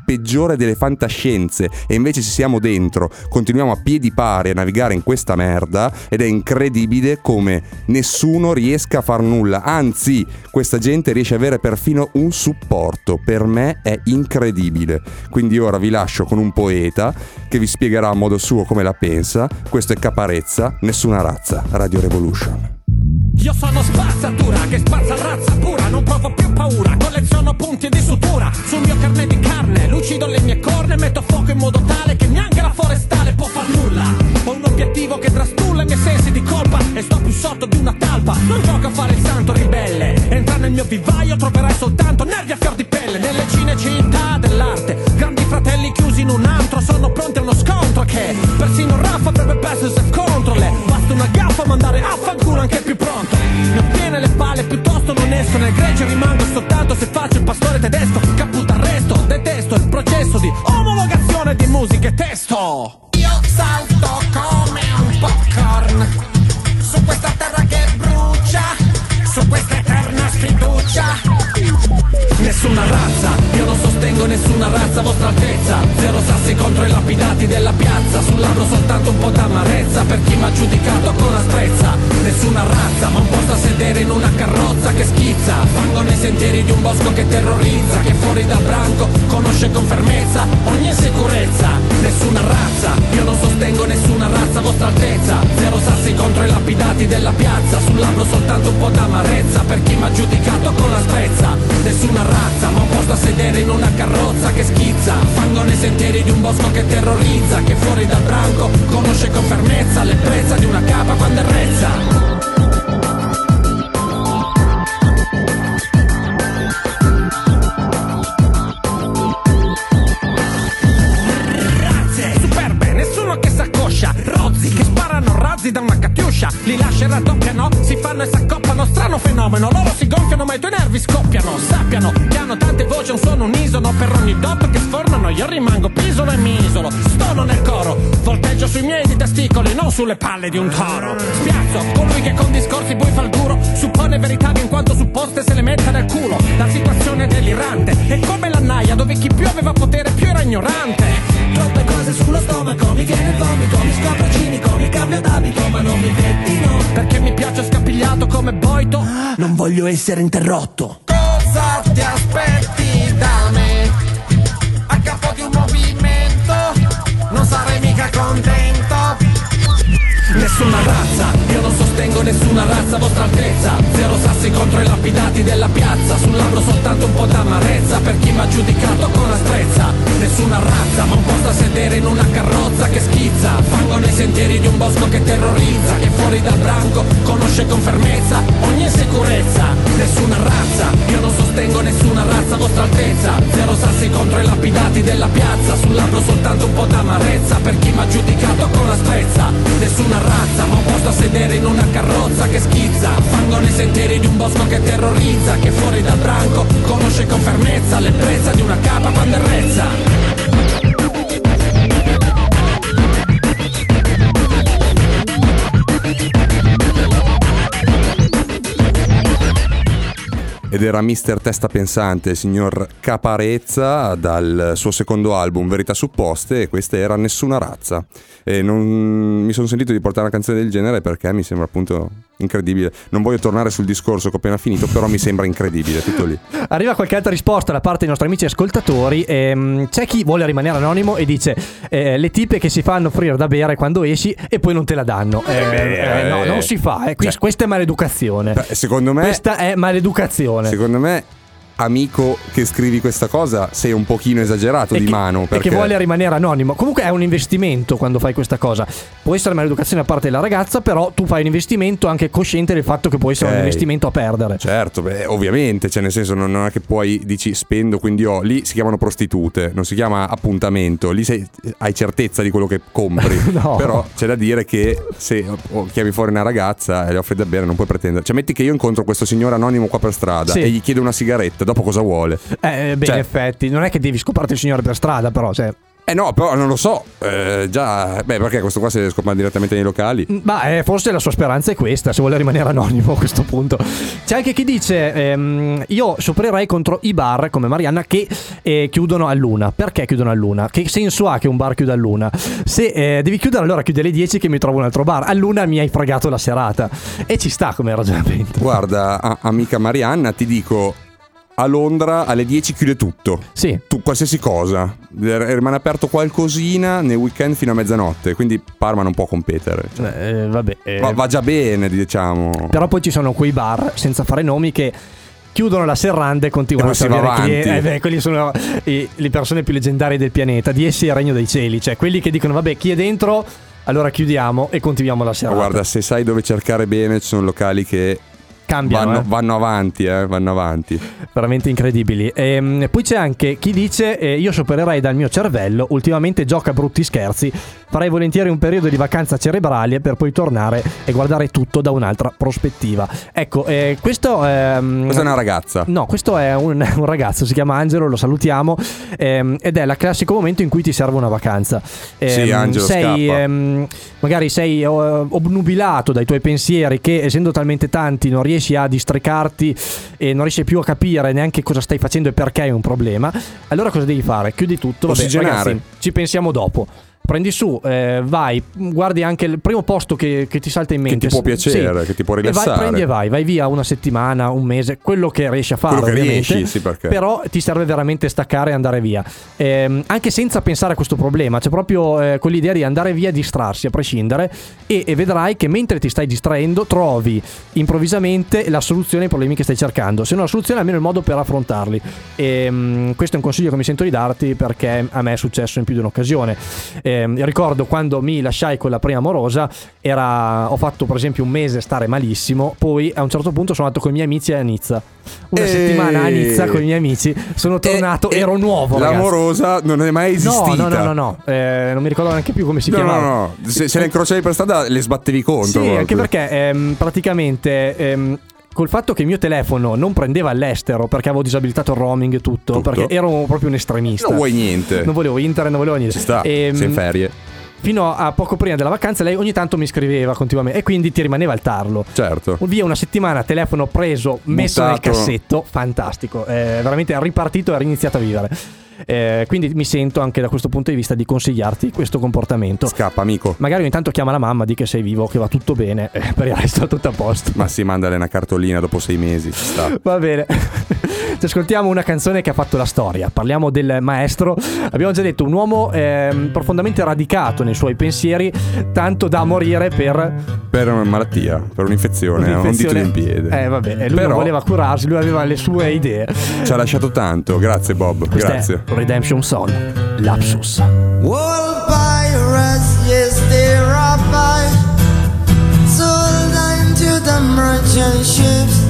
S2: peggiore delle fantascienze, e invece ci siamo dentro, continuiamo a piedi pari a navigare in questa merda, ed è incredibile come nessuno riesca a far nulla, anzi questa gente riesce a avere perfino un supporto. Per me è incredibile. Quindi ora vi lascio con un poeta che vi spiegherà a modo suo come la pensa. Questo è Caparezza, Nessuna razza, Radio Revolution.
S13: Io sono spazzatura che spazza razza pura, non provo più paura, colleziono punti di sutura sul mio carne di carne, lucido le mie corna e metto fuoco in modo tale che neanche la forestale può far nulla. Ho un obiettivo che trastulla i miei sensi di colpa e sto più sotto di una talpa. Non gioco a fare il santo ribelle, entra nel mio vivaio troverai soltanto nervi a fior di pelle. Nelle cinecittà dell'arte, grandi fratelli chiusi in un antro, sono pronti a uno scontro che persino Raffa avrebbe perso se contro le. Basta una gaffa a mandare a fanculo anche il più pronto. Mi ottiene le palle piuttosto non esco nel gregge, rimango soltanto se faccio il pastore tedesco. Caputo arresto, detesto il processo di omologazione di musica e testo. Io salto come un popcorn su questa terra che brucia, su questa eterna sfiducia. Nessuna razza, io non sostengo nessuna razza, vostra altezza. Zero sassi contro i lapidati della piazza, sul labbro soltanto un po' d'amarezza per chi m'ha giudicato con asprezza. Nessuna razza, ma un posto a sedere in una carrozza che schizza, fango nei sentieri di un bosco che terrorizza, che fuori dal branco conosce con fermezza ogni insicurezza. Nessuna razza, io non sostengo nessuna razza, vostra altezza. Zero sassi contro i lapidati della piazza, sul labbro soltanto un po' d'amarezza per chi m'ha giudicato con asprezza. Nessuna razza, ma un posto a sedere in una carrozza che schizza, fango nei sentieri di un bosco che terrorizza, che fuori dal branco conosce con fermezza l'ebbrezza di una capa quando è rezza. Rozzi che sparano razzi da una catiuscia, li lascia e raddoppiano, si fanno e s'accoppano, strano fenomeno, loro si gonfiano ma i tuoi nervi scoppiano. Sappiano che hanno tante voci, un suono unisono, per ogni dop che sfornano io rimango pisolo e mi isolo, stono nel coro, volteggio sui miei di testicoli, non sulle palle di un toro. Spiazzo colui che con discorsi bui fa il duro, suppone verità in quanto supposte se le mette nel culo. La situazione è delirante, è come la naia dove chi più aveva potere più era ignorante. Troppe cose sullo stomaco, mi viene il vomito, mi scopro cinico, mi cambio d'abito, ma non mi vedi no. Perché mi piace scapigliato come Boito, non voglio essere interrotto. Cosa ti aspetti da me? A capo di un movimento, non sarei mica contento. Nessuna razza, io non sostengo nessuna razza, vostra altezza. Zero sassi contro i lapidati della piazza, sul labbro soltanto un po' d'amarezza per chi m'ha giudicato con asprezza. Nessuna razza, ma un posto a sedere in una carrozza che schizza, fango nei sentieri di un bosco che terrorizza, che fuori dal branco conosce con fermezza ogni insicurezza. Nessuna razza, io non sostengo nessuna razza, vostra altezza. Zero sassi contro i lapidati della piazza, sul labbro soltanto un po' d'amarezza per chi m'ha giudicato con asprezza. Nessuna razza, ma un posto a sedere in una carrozza che schizza, fango nei sentieri di un bosco che terrorizza, che fuori dal branco conosce con fermezza l'ebbrezza di una capa quando è rezza.
S2: Ed era Mister Testa Pensante, il signor Caparezza, dal suo secondo album Verità Supposte, e questa era Nessuna razza. E non mi sono sentito di portare una canzone del genere perché mi sembra appunto incredibile. Non voglio tornare sul discorso che ho appena finito, però mi sembra incredibile, tutto lì.
S1: Arriva qualche altra risposta da parte dei nostri amici ascoltatori. C'è chi vuole rimanere anonimo e dice le tipe che si fanno offrire da bere quando esci e poi non te la danno. No, non si fa. Questa è maleducazione.
S2: Secondo me
S1: questa è maleducazione.
S2: Secondo me, amico che scrivi questa cosa, sei un pochino esagerato di mano, perché...
S1: E che vuole rimanere anonimo. Comunque è un investimento quando fai questa cosa. Può essere maleducazione da parte della ragazza, però tu fai un investimento anche cosciente del fatto che può essere un investimento a perdere.
S2: Certo, ovviamente, cioè nel senso non è che poi dici spendo, quindi lì si chiamano prostitute, non si chiama appuntamento, lì hai certezza di quello che compri. No. Però c'è da dire che se chiami fuori una ragazza e le offri da bere non puoi pretendere. Cioè metti che io incontro questo signore anonimo qua per strada e gli chiedo una sigaretta, dopo cosa vuole?
S1: In effetti non è che devi scoparti il signore per strada, però
S2: No, però non lo so. Già, perché questo qua si scopre direttamente nei locali?
S1: Forse la sua speranza è questa, se vuole rimanere anonimo a questo punto. C'è anche chi dice: io sciopererei contro i bar come Marianna che chiudono all'1. Perché chiudono all'1? Che senso ha che un bar chiuda all'1? Se devi chiudere, allora chiudi alle 10 che mi trovo un altro bar. All'1 mi hai fregato la serata. E ci sta come ragionamento.
S2: Guarda, amica Marianna, ti dico: a Londra alle 10 chiude tutto.
S1: Sì.
S2: Tu, qualsiasi cosa. Rimane aperto qualcosina nei weekend fino a mezzanotte. Quindi Parma non può competere. Va già bene, diciamo.
S1: Però poi ci sono quei bar, senza fare nomi, che chiudono la serranda e continuano a servire clienti. Quelli sono le persone più leggendarie del pianeta. Di essi è il regno dei cieli. Cioè quelli che dicono: vabbè, chi è dentro, allora chiudiamo e continuiamo la serata.
S2: Guarda, se sai dove cercare bene, ci sono locali che
S1: cambiano,
S2: vanno avanti, vanno avanti.
S1: Veramente incredibili. Poi c'è anche chi dice: io sciopererei dal mio cervello, ultimamente gioca brutti scherzi, farei volentieri un periodo di vacanza cerebrale per poi tornare e guardare tutto da un'altra prospettiva. Ecco, questo è
S2: una ragazza.
S1: No, questo è un ragazzo, si chiama Angelo, lo salutiamo, ed è il classico momento in cui ti serve una vacanza.
S2: Sì, Angelo,
S1: magari sei obnubilato dai tuoi pensieri che, essendo talmente tanti, non riesci a districarti e non riesci più a capire neanche cosa stai facendo e perché è un problema. Allora cosa devi fare? Chiudi tutto, ragazzi, ci pensiamo dopo. Prendi su, vai, guardi anche il primo posto che ti salta in mente,
S2: che ti può piacere, che ti può rilassare,
S1: prendi e vai via una settimana, un mese, quello che riesci a fare, ovviamente,
S2: riesci, sì, perché
S1: però ti serve veramente staccare e andare via, anche senza pensare a questo problema. C'è proprio quell'idea di andare via e distrarsi a prescindere, e vedrai che mentre ti stai distraendo trovi improvvisamente la soluzione ai problemi che stai cercando, se non la soluzione almeno il modo per affrontarli. Questo è un consiglio che mi sento di darti, perché a me è successo in più di un'occasione. Ricordo quando mi lasciai con la prima amorosa, ho fatto per esempio un mese stare malissimo, poi a un certo punto sono andato con i miei amici a Nizza, una settimana a Nizza con i miei amici, sono tornato, ero nuovo.
S2: L'amorosa non è mai esistita.
S1: No, non mi ricordo neanche più come si chiamava.
S2: No. Se la incrociavi per strada le sbattevi contro.
S1: Sì, anche perché praticamente col fatto che il mio telefono non prendeva all'estero, perché avevo disabilitato il roaming e tutto, perché ero proprio un estremista.
S2: Non vuoi niente.
S1: Non volevo internet, non volevo niente.
S2: Ci sta, sei in ferie.
S1: Fino a poco prima della vacanza lei ogni tanto mi scriveva continuamente, e quindi ti rimaneva il tarlo.
S2: Certo.
S1: Via una settimana, telefono preso, messo nel cassetto, fantastico, veramente ripartito e riniziato a vivere. Quindi mi sento anche da questo punto di vista di consigliarti questo comportamento.
S2: Scappa, amico.
S1: Magari ogni tanto chiama la mamma, di che sei vivo, che va tutto bene, per il resto è tutto a posto.
S2: Ma sì, mandale una cartolina dopo 6 mesi, ci sta.
S1: Va bene. Ci ascoltiamo una canzone che ha fatto la storia. Parliamo del maestro. Abbiamo già detto, un uomo profondamente radicato nei suoi pensieri, tanto da morire per
S2: una malattia, per un'infezione. Un dito in piede.
S1: Vabbè, lui non voleva curarsi, lui aveva le sue idee.
S2: Ci ha lasciato tanto. Grazie Bob.
S1: Questa
S2: grazie.
S1: Redemption Song, Lapsus.
S14: Wall pirates, yes they robbed by, sold into the merchant ships.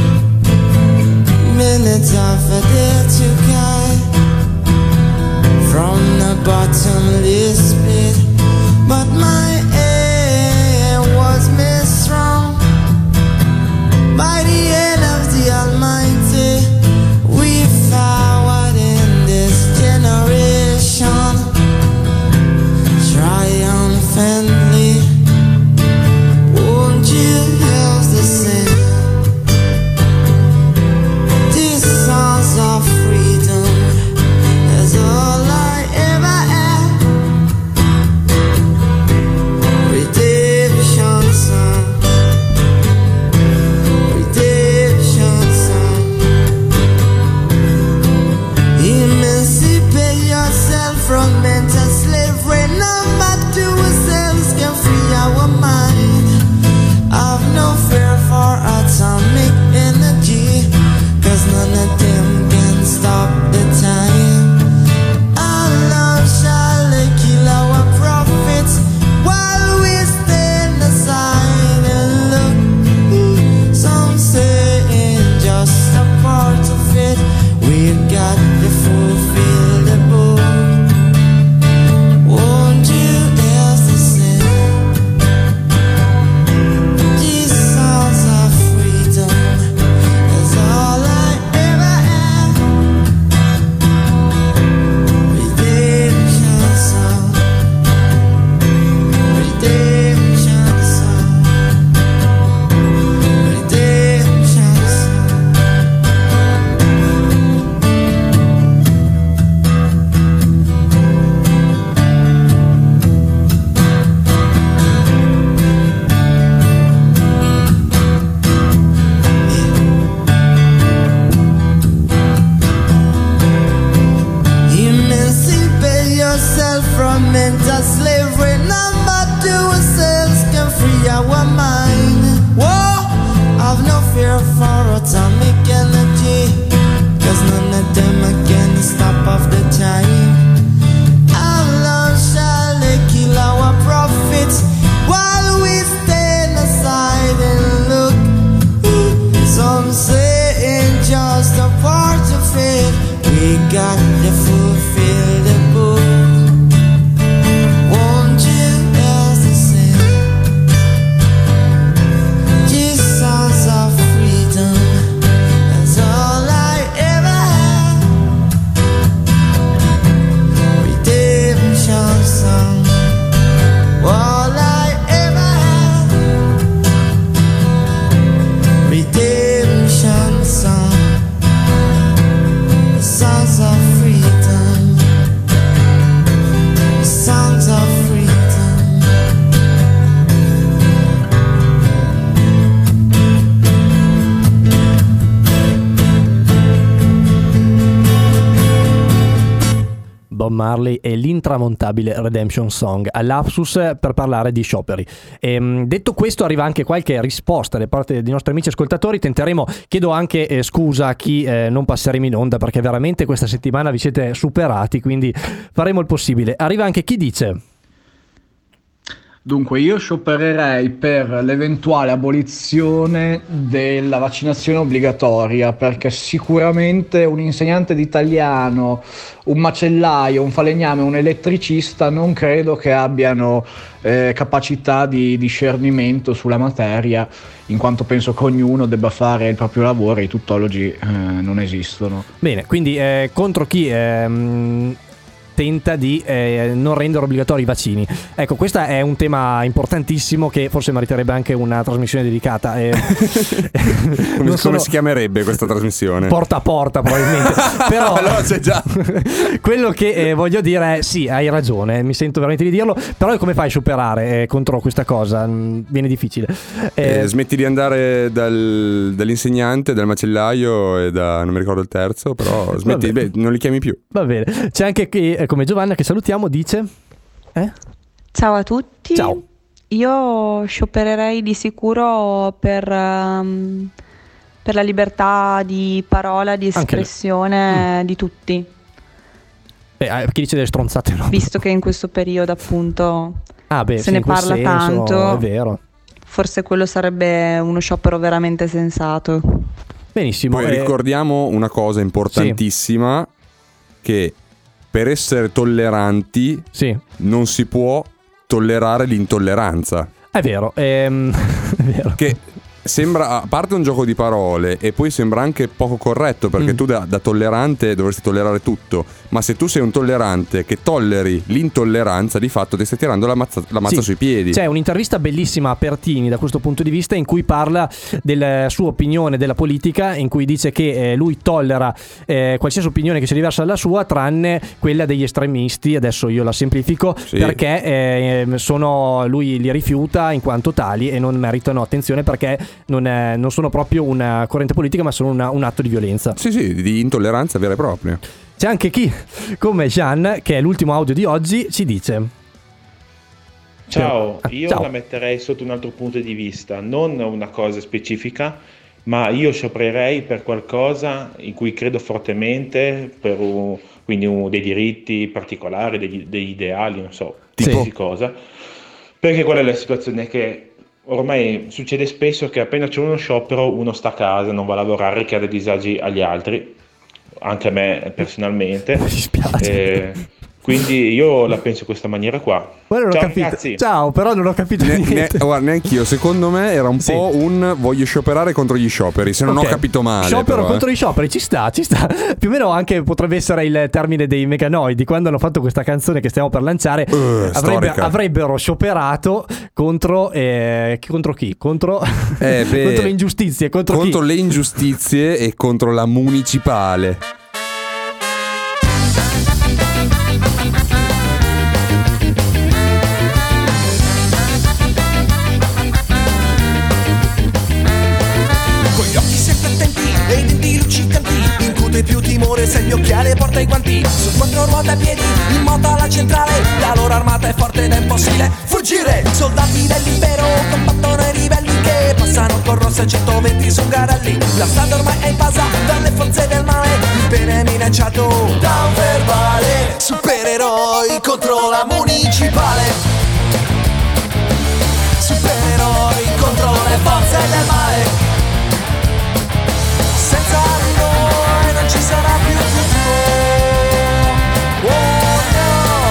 S14: Minutes of a day to guide from the bottomless pit, but my aim was made strong by the hand of the Almighty. We forward in this generation triumphantly. Won't you help the same? These songs of freedom is all I ever had.
S1: Bob Marley e l'intramontabile Redemption Song all'Apsus per parlare di scioperi. Detto questo, arriva anche qualche risposta da parte dei nostri amici ascoltatori. Chiedo anche scusa a chi non passeremo in onda, perché veramente questa settimana vi siete superati, quindi faremo il possibile. Arriva anche chi dice:
S15: dunque, io sciopererei per l'eventuale abolizione della vaccinazione obbligatoria, perché sicuramente un insegnante di italiano, un macellaio, un falegname, un elettricista non credo che abbiano capacità di discernimento sulla materia, in quanto penso che ognuno debba fare il proprio lavoro e i tuttologi non esistono.
S1: Bene, quindi contro chi tenta di non rendere obbligatori i vaccini. Ecco, questo è un tema importantissimo che forse meriterebbe anche una trasmissione dedicata.
S2: Come si chiamerebbe questa trasmissione?
S1: Porta a porta, probabilmente. Però
S2: allora c'è già.
S1: Quello che voglio dire è: sì, hai ragione, mi sento veramente di dirlo, però come fai a superare contro questa cosa? Viene difficile.
S2: Smetti di andare dall'insegnante, dal macellaio e non mi ricordo il terzo, però smetti, non li chiami più.
S1: Va bene. C'è anche chi, come Giovanna, che salutiamo, dice:
S16: ciao a tutti.
S1: Ciao.
S16: Io sciopererei di sicuro per la libertà di parola, di espressione di tutti.
S1: Chi dice delle stronzate, no?
S16: Visto che in questo periodo appunto se ne parla
S1: senso,
S16: tanto,
S1: è vero.
S16: Forse quello sarebbe uno sciopero veramente sensato.
S1: Benissimo.
S2: Poi ricordiamo una cosa importantissima, che per essere tolleranti non si può tollerare l'intolleranza.
S1: È vero, è vero.
S2: Che sembra, a parte un gioco di parole, e poi sembra anche poco corretto, perché tu da tollerante dovresti tollerare tutto, ma se tu sei un tollerante che tolleri l'intolleranza, di fatto ti stai tirando la mazza sui piedi.
S1: C'è un'intervista bellissima a Pertini da questo punto di vista, in cui parla della sua opinione della politica, in cui dice che lui tollera qualsiasi opinione che sia diversa dalla sua, tranne quella degli estremisti. Adesso io la semplifico, perché lui li rifiuta in quanto tali e non meritano attenzione, perché non sono proprio una corrente politica, ma sono un atto di violenza.
S2: Sì, di intolleranza vera e propria.
S1: C'è anche chi, come Gian, che è l'ultimo audio di oggi, ci dice:
S17: ciao, io
S1: ciao.
S17: La metterei sotto un altro punto di vista, non una cosa specifica, ma io sciopererei per qualcosa in cui credo fortemente, quindi dei diritti particolari, degli ideali, non so, qualsiasi cosa. Perché qual è la situazione? Che ormai succede spesso che appena c'è uno sciopero uno sta a casa, non va a lavorare, crea dei disagi agli altri, anche a me personalmente.
S1: Mi dispiace.
S17: Quindi io la penso in questa maniera qua.
S1: Ciao
S17: ragazzi.
S1: Ciao, però non ho capito niente.
S2: Guarda, neanch'io. Secondo me era un po' un voglio scioperare contro gli scioperi, se non ho capito male.
S1: Sciopero
S2: però,
S1: contro gli scioperi, ci sta. Più o meno anche potrebbe essere il termine dei Meganoidi, quando hanno fatto questa canzone che stiamo per lanciare. Avrebbero scioperato contro chi? Contro le ingiustizie.
S2: Contro le ingiustizie e contro la municipale.
S18: Più timore se gli occhiali porta i guanti, su quattro ruote a piedi, in moto alla centrale, la loro armata è forte ed è impossibile fuggire. Soldati dell'impero combattono i ribelli che passano con rosse 120 su garelli. La strada ormai è invasa dalle forze del male, il bene è minacciato da un verbale. Supereroi contro la municipale, supereroi contro le forze del male. Senza di noi non ci sarà più futuro. Oh no!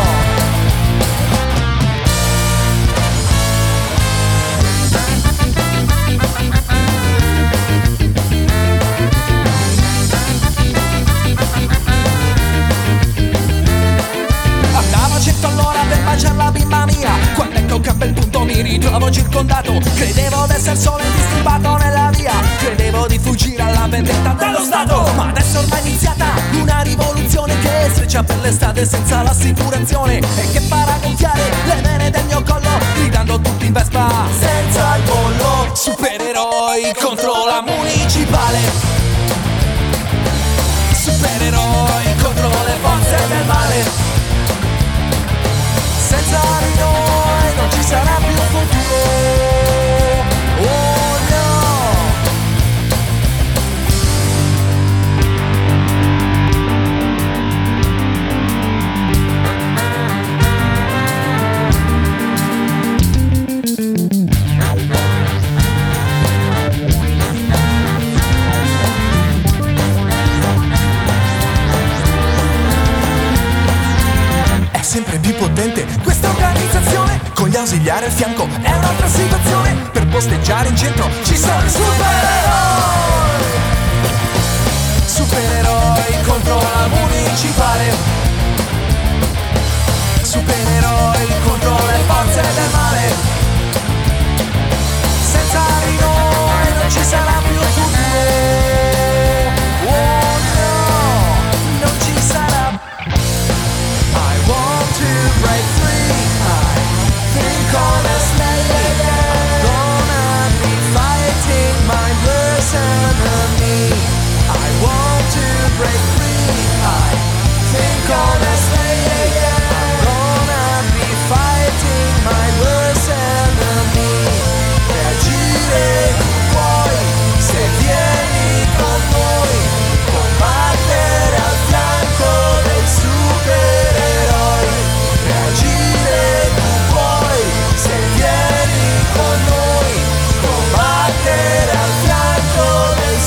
S18: Andavo a 100 all'ora per baciare la bimba mia, quando ecco che a quel punto mi ritrovo circondato. Credevo d'essere solo indisturbato nella via, credevo di fuggire alla vendetta dello Stato, ma adesso ormai è iniziata una rivoluzione che sfreccia per l'estate senza l'assicurazione e che farà gonfiare le vene del mio collo, gridando tutti in Vespa senza il bollo. Supereroi contro la municipale, supereroi contro le forze del male. senza di noi non ci sarà più futuro. Oh no. Sempre più potente questa organizzazione, con gli ausiliari al fianco è un'altra situazione. Per posteggiare in centro ci sono i supereroi. Supereroi contro la municipale. Supereroi contro le forze del male. Senza di noi non ci sarà più futuro. Oh no, non ci sarà. I want to break free. I think honestly, I'm gonna be fighting my worst enemy. I want to break free. I think honestly, I'm gonna be fighting my worst enemy. Reagire tu puoi se vieni con noi, combattere al fianco dei supereroi. Reagire tu puoi se vieni con noi, combattere al fianco dei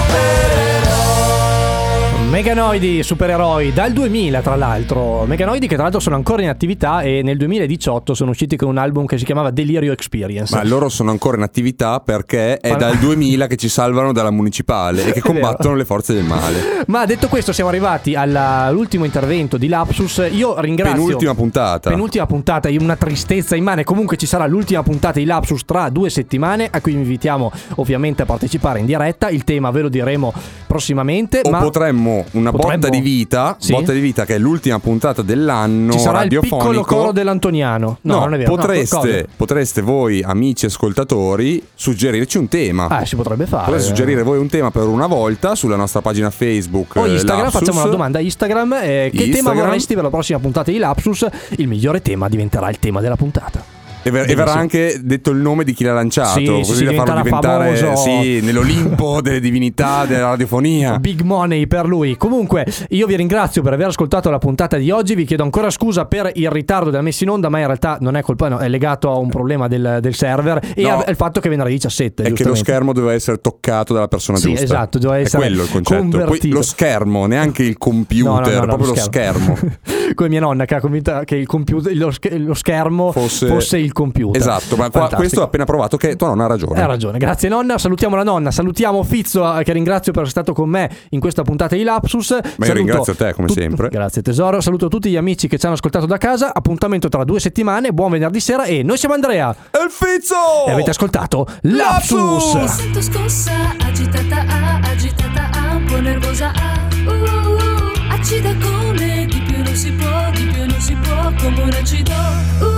S18: supereroi.
S1: Meganoidi, supereroi, dal 2000 tra l'altro. Meganoidi che tra l'altro sono ancora in attività e nel 2018 sono usciti con un album che si chiamava Delirio Experience.
S2: Ma loro sono ancora in attività perché è dal 2000 che ci salvano dalla municipale e che combattono le forze del male.
S1: Ma detto questo siamo arrivati all'ultimo intervento di Lapsus. Io ringrazio.
S2: Penultima puntata,
S1: una tristezza immane. Comunque ci sarà l'ultima puntata di Lapsus tra 2 settimane, a cui vi invitiamo ovviamente a partecipare in diretta. Il tema ve lo diremo prossimamente.
S2: O potremmo botta di vita,
S1: sì?
S2: Botta di vita che è l'ultima puntata dell'anno
S1: ci sarà
S2: radiofonico.
S1: Il piccolo coro dell'Antoniano. No, non è vero.
S2: Potreste voi amici ascoltatori suggerirci un tema.
S1: Si potrebbe fare.
S2: Potreste suggerire voi un tema per una volta sulla nostra pagina Facebook
S1: o Instagram.
S2: Lapsus.
S1: Facciamo una domanda a Instagram. Che tema vorresti per la prossima puntata di Lapsus? Il migliore tema diventerà il tema della puntata.
S2: E verrà anche detto il nome di chi l'ha lanciato, così da farlo diventare
S1: famoso.
S2: nell'Olimpo delle divinità della radiofonia.
S1: Big money per lui. Comunque io vi ringrazio per aver ascoltato la puntata di oggi. Vi chiedo ancora scusa per il ritardo della messa in onda, ma in realtà non è colpa, è legato a un problema del server e al fatto che venerdì 17
S2: è che lo schermo doveva essere toccato dalla persona giusta.
S1: Esatto, doveva essere
S2: quello il concetto.
S1: Convertito.
S2: Poi lo schermo, neanche il computer, proprio lo schermo.
S1: Come mia nonna che ha convinto che il computer, lo schermo fosse il computer.
S2: Esatto, ma questo ho appena provato che tua nonna ha ragione.
S1: Ha ragione, grazie nonna. Salutiamo la nonna, salutiamo Fizzo che ringrazio per essere stato con me in questa puntata di Lapsus.
S2: Ma io ringrazio te come sempre.
S1: Grazie tesoro, saluto tutti gli amici che ci hanno ascoltato da casa. Appuntamento tra 2 settimane, buon venerdì sera e noi siamo Andrea
S2: e il Fizzo
S1: e avete ascoltato Lapsus.
S3: Mi sento scossa, agitata, un po' nervosa, acida come di più non si può, come un acido.